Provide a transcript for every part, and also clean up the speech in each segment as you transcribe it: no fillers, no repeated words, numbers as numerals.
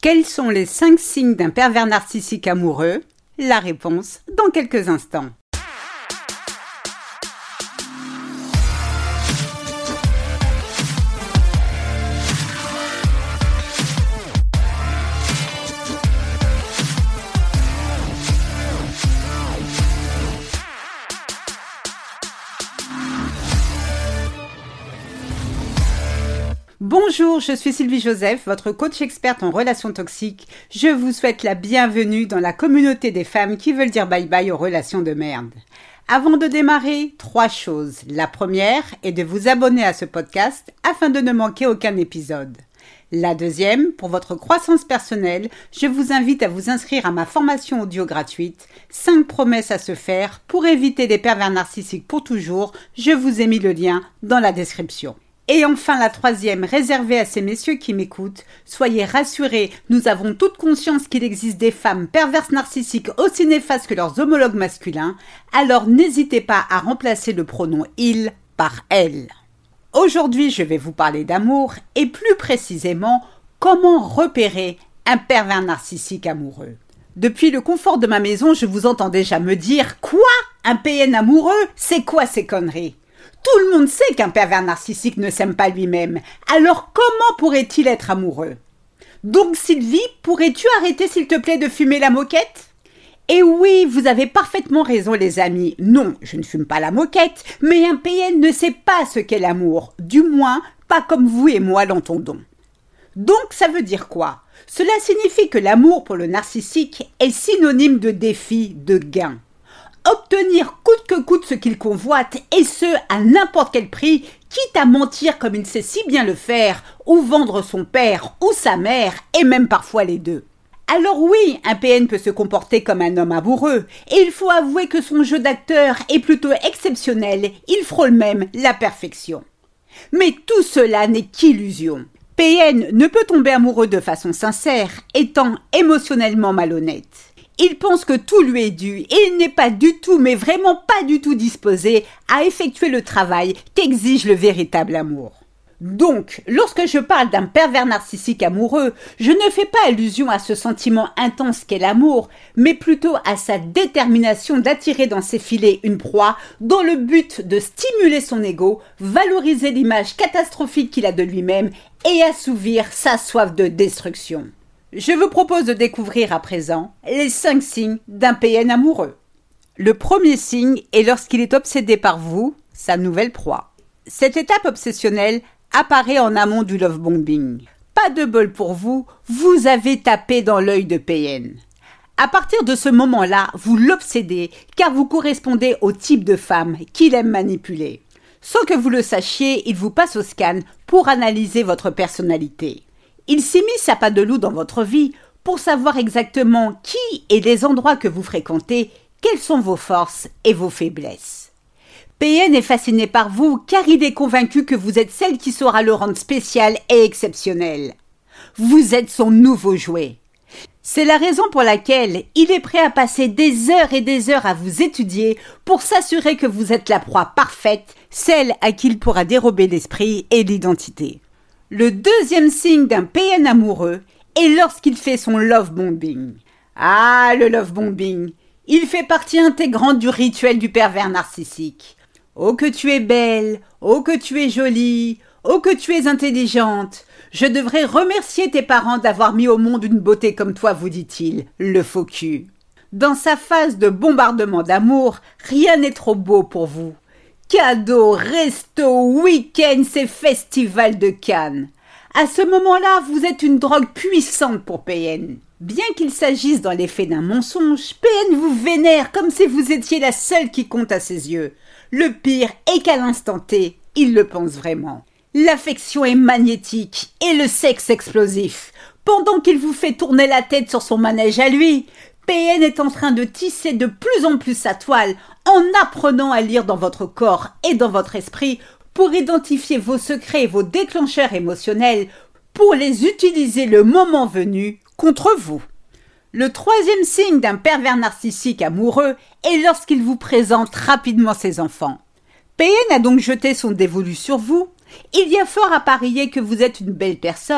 Quels sont les 5 signes d'un pervers narcissique amoureux? La réponse dans quelques instants. Bonjour, je suis Sylvie Joseph, votre coach experte en relations toxiques. Je vous souhaite la bienvenue dans la communauté des femmes qui veulent dire bye-bye aux relations de merde. Avant de démarrer, 3 choses. La première est de vous abonner à ce podcast afin de ne manquer aucun épisode. La deuxième, pour votre croissance personnelle, je vous invite à vous inscrire à ma formation audio gratuite, 5 promesses à se faire pour éviter des pervers narcissiques pour toujours. Je vous ai mis le lien dans la description. Et enfin la troisième, réservée à ces messieurs qui m'écoutent, soyez rassurés, nous avons toute conscience qu'il existe des femmes perverses narcissiques aussi néfastes que leurs homologues masculins, alors n'hésitez pas à remplacer le pronom « il » par « elle ». Aujourd'hui, je vais vous parler d'amour et plus précisément, comment repérer un pervers narcissique amoureux. Depuis le confort de ma maison, je vous entends déjà me dire « Quoi? Un PN amoureux? C'est quoi ces conneries ?» Tout le monde sait qu'un pervers narcissique ne s'aime pas lui-même. Alors comment pourrait-il être amoureux? Donc Sylvie, pourrais-tu arrêter s'il te plaît de fumer la moquette? Et oui, vous avez parfaitement raison les amis. Non, je ne fume pas la moquette, mais un PN ne sait pas ce qu'est l'amour. Du moins, pas comme vous et moi l'entendons. Donc ça veut dire quoi? Cela signifie que l'amour pour le narcissique est synonyme de défi, de gain. Obtenir coûte que coûte ce qu'il convoite, et ce, à n'importe quel prix, quitte à mentir comme il sait si bien le faire, ou vendre son père ou sa mère, et même parfois les deux. Alors oui, un PN peut se comporter comme un homme amoureux, et il faut avouer que son jeu d'acteur est plutôt exceptionnel, il frôle même la perfection. Mais tout cela n'est qu'illusion. PN ne peut tomber amoureux de façon sincère, étant émotionnellement malhonnête. Il pense que tout lui est dû et il n'est pas du tout, mais vraiment pas du tout disposé à effectuer le travail qu'exige le véritable amour. Donc, lorsque je parle d'un pervers narcissique amoureux, je ne fais pas allusion à ce sentiment intense qu'est l'amour, mais plutôt à sa détermination d'attirer dans ses filets une proie dans le but de stimuler son ego, valoriser l'image catastrophique qu'il a de lui-même et assouvir sa soif de destruction. Je vous propose de découvrir à présent les 5 signes d'un PN amoureux. Le premier signe est lorsqu'il est obsédé par vous, sa nouvelle proie. Cette étape obsessionnelle apparaît en amont du love bombing. Pas de bol pour vous, vous avez tapé dans l'œil de PN. À partir de ce moment-là, vous l'obsédez car vous correspondez au type de femme qu'il aime manipuler. Sans que vous le sachiez, il vous passe au scan pour analyser votre personnalité. Il s'immisce à pas de loup dans votre vie pour savoir exactement qui et les endroits que vous fréquentez, quelles sont vos forces et vos faiblesses. PN est fasciné par vous car il est convaincu que vous êtes celle qui saura le rendre spécial et exceptionnel. Vous êtes son nouveau jouet. C'est la raison pour laquelle il est prêt à passer des heures et des heures à vous étudier pour s'assurer que vous êtes la proie parfaite, celle à qui il pourra dérober l'esprit et l'identité. Le deuxième signe d'un PN amoureux est lorsqu'il fait son love bombing. Ah, le love bombing, il fait partie intégrante du rituel du pervers narcissique. Oh que tu es belle, oh que tu es jolie, oh que tu es intelligente. Je devrais remercier tes parents d'avoir mis au monde une beauté comme toi, vous dit-il, le faux cul. Dans sa phase de bombardement d'amour, rien n'est trop beau pour vous. Cadeaux, resto, week-end, c'est festival de Cannes. À ce moment-là, vous êtes une drogue puissante pour PN. Bien qu'il s'agisse dans les faits d'un mensonge, PN vous vénère comme si vous étiez la seule qui compte à ses yeux. Le pire est qu'à l'instant T, il le pense vraiment. L'affection est magnétique et le sexe explosif. Pendant qu'il vous fait tourner la tête sur son manège à lui, PN est en train de tisser de plus en plus sa toile en apprenant à lire dans votre corps et dans votre esprit pour identifier vos secrets et vos déclencheurs émotionnels pour les utiliser le moment venu contre vous. Le troisième signe d'un pervers narcissique amoureux est lorsqu'il vous présente rapidement ses enfants. PN a donc jeté son dévolu sur vous. Il y a fort à parier que vous êtes une belle personne,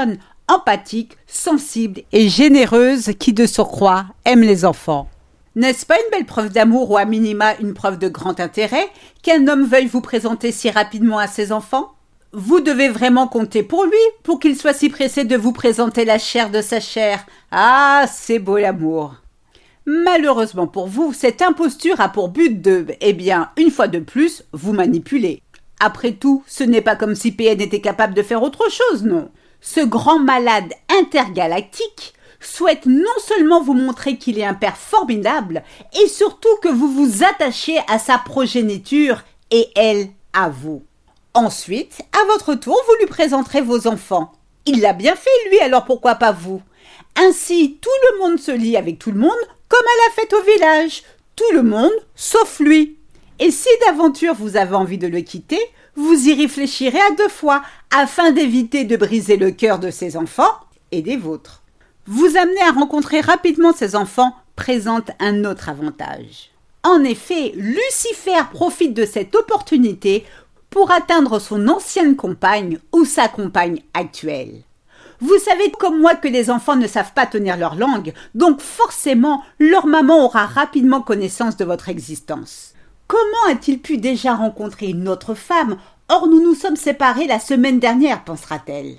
empathique, sensible et généreuse qui, de surcroît, aime les enfants. N'est-ce pas une belle preuve d'amour ou à minima une preuve de grand intérêt qu'un homme veuille vous présenter si rapidement à ses enfants? Vous devez vraiment compter pour lui pour qu'il soit si pressé de vous présenter la chair de sa chair. Ah, c'est beau l'amour. Malheureusement pour vous, cette imposture a pour but de, une fois de plus, vous manipuler. Après tout, ce n'est pas comme si PN était capable de faire autre chose, non. Ce grand malade intergalactique souhaite non seulement vous montrer qu'il est un père formidable, et surtout que vous vous attachiez à sa progéniture et elle à vous. Ensuite, à votre tour, vous lui présenterez vos enfants. Il l'a bien fait, lui, alors pourquoi pas vous? Ainsi, tout le monde se lie avec tout le monde, comme à la fête au village. Tout le monde, sauf lui. Et si d'aventure vous avez envie de le quitter, vous y réfléchirez à 2 fois, afin d'éviter de briser le cœur de ses enfants et des vôtres. Vous amener à rencontrer rapidement ses enfants présente un autre avantage. En effet, Lucifer profite de cette opportunité pour atteindre son ancienne compagne ou sa compagne actuelle. Vous savez comme moi que les enfants ne savent pas tenir leur langue, donc forcément, leur maman aura rapidement connaissance de votre existence. Comment a-t-il pu déjà rencontrer une autre femme? Or nous nous sommes séparés la semaine dernière, pensera-t-elle.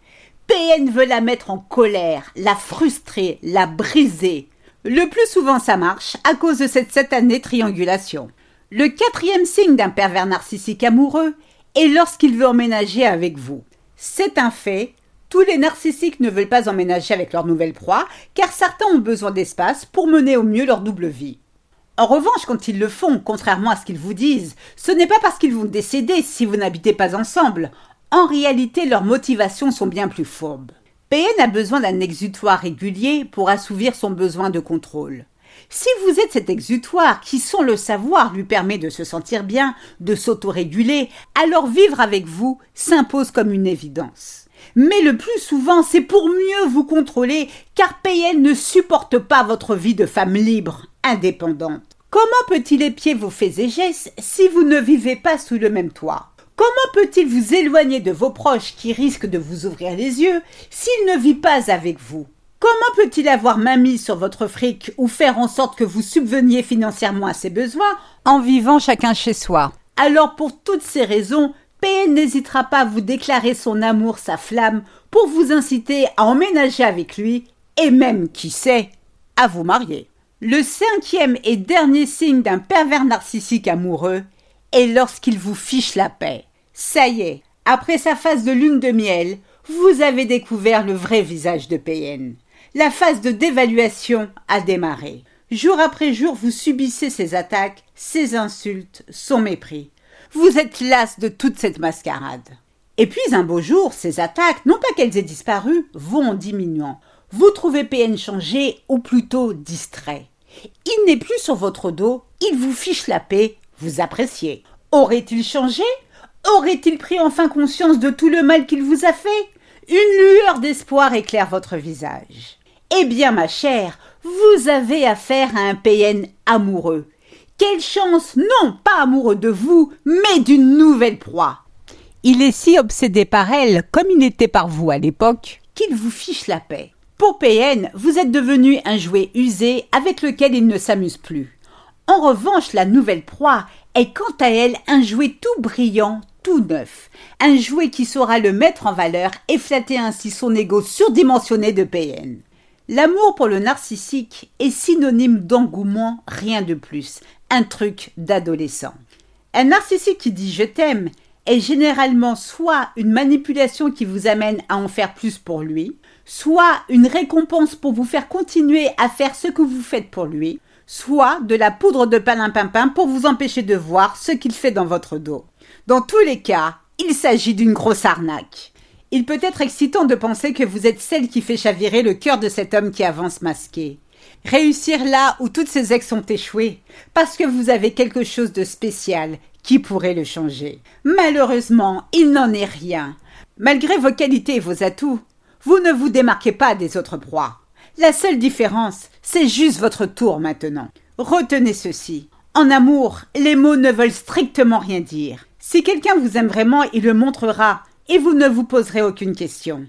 PN veut la mettre en colère, la frustrer, la briser. Le plus souvent ça marche à cause de cette satanée triangulation. Le 4e signe d'un pervers narcissique amoureux est lorsqu'il veut emménager avec vous. C'est un fait, tous les narcissiques ne veulent pas emménager avec leur nouvelle proie car certains ont besoin d'espace pour mener au mieux leur double vie. En revanche, quand ils le font, contrairement à ce qu'ils vous disent, ce n'est pas parce qu'ils vont décéder si vous n'habitez pas ensemble. En réalité, leurs motivations sont bien plus fourbes. PN a besoin d'un exutoire régulier pour assouvir son besoin de contrôle. Si vous êtes cet exutoire qui, sans le savoir, lui permet de se sentir bien, de s'autoréguler, alors vivre avec vous s'impose comme une évidence. Mais le plus souvent, c'est pour mieux vous contrôler, car PN ne supporte pas votre vie de femme libre, indépendante. Comment peut-il épier vos faits et gestes si vous ne vivez pas sous le même toit? Comment peut-il vous éloigner de vos proches qui risquent de vous ouvrir les yeux s'il ne vit pas avec vous? Comment peut-il avoir main mise sur votre fric ou faire en sorte que vous subveniez financièrement à ses besoins en vivant chacun chez soi? Alors pour toutes ces raisons, PN n'hésitera pas à vous déclarer son amour, sa flamme, pour vous inciter à emménager avec lui et même, qui sait, à vous marier. Le 5e et dernier signe d'un pervers narcissique amoureux est lorsqu'il vous fiche la paix. Ça y est, après sa phase de lune de miel, vous avez découvert le vrai visage de PN. La phase de dévaluation a démarré. Jour après jour, vous subissez ses attaques, ses insultes, son mépris. Vous êtes las de toute cette mascarade. Et puis un beau jour, ces attaques, non pas qu'elles aient disparu, vont en diminuant. Vous trouvez PN changé, ou plutôt distrait. Il n'est plus sur votre dos, il vous fiche la paix, vous appréciez. Aurait-il changé? Aurait-il pris enfin conscience de tout le mal qu'il vous a fait? Une lueur d'espoir éclaire votre visage. Eh bien, ma chère, vous avez affaire à un PN amoureux. Quelle chance, non pas amoureux de vous, mais d'une nouvelle proie. Il est si obsédé par elle, comme il était par vous à l'époque, qu'il vous fiche la paix. Pour PN, vous êtes devenu un jouet usé avec lequel il ne s'amuse plus. En revanche, la nouvelle proie est quant à elle un jouet tout brillant, tout neuf. Un jouet qui saura le mettre en valeur et flatter ainsi son ego surdimensionné de PN. L'amour pour le narcissique est synonyme d'engouement, rien de plus. Un truc d'adolescent. Un narcissique qui dit « je t'aime » est généralement soit une manipulation qui vous amène à en faire plus pour lui, soit une récompense pour vous faire continuer à faire ce que vous faites pour lui, soit de la poudre de perlimpinpin pour vous empêcher de voir ce qu'il fait dans votre dos. Dans tous les cas, il s'agit d'une grosse arnaque. Il peut être excitant de penser que vous êtes celle qui fait chavirer le cœur de cet homme qui avance masqué. Réussir là où toutes ses ex ont échoué, parce que vous avez quelque chose de spécial qui pourrait le changer. Malheureusement, il n'en est rien. Malgré vos qualités et vos atouts, vous ne vous démarquez pas des autres proies. La seule différence, c'est juste votre tour maintenant. Retenez ceci. En amour, les mots ne veulent strictement rien dire. Si quelqu'un vous aime vraiment, il le montrera et vous ne vous poserez aucune question.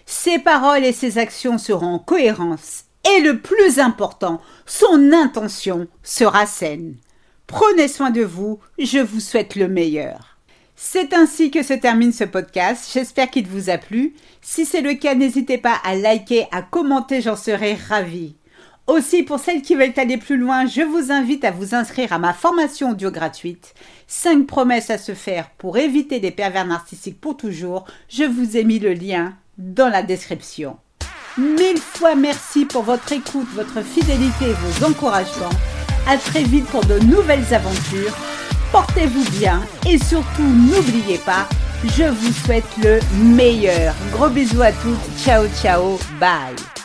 Ses paroles et ses actions seront en cohérence. Et le plus important, son intention sera saine. Prenez soin de vous, je vous souhaite le meilleur. C'est ainsi que se termine ce podcast, j'espère qu'il vous a plu. Si c'est le cas, n'hésitez pas à liker, à commenter, j'en serai ravie. Aussi, pour celles qui veulent aller plus loin, je vous invite à vous inscrire à ma formation audio gratuite. 5 promesses à se faire pour éviter les pervers narcissiques pour toujours. Je vous ai mis le lien dans la description. 1000 fois merci pour votre écoute, votre fidélité et vos encouragements. À très vite pour de nouvelles aventures. Portez-vous bien et surtout n'oubliez pas, je vous souhaite le meilleur. Gros bisous à toutes. Ciao, ciao, bye.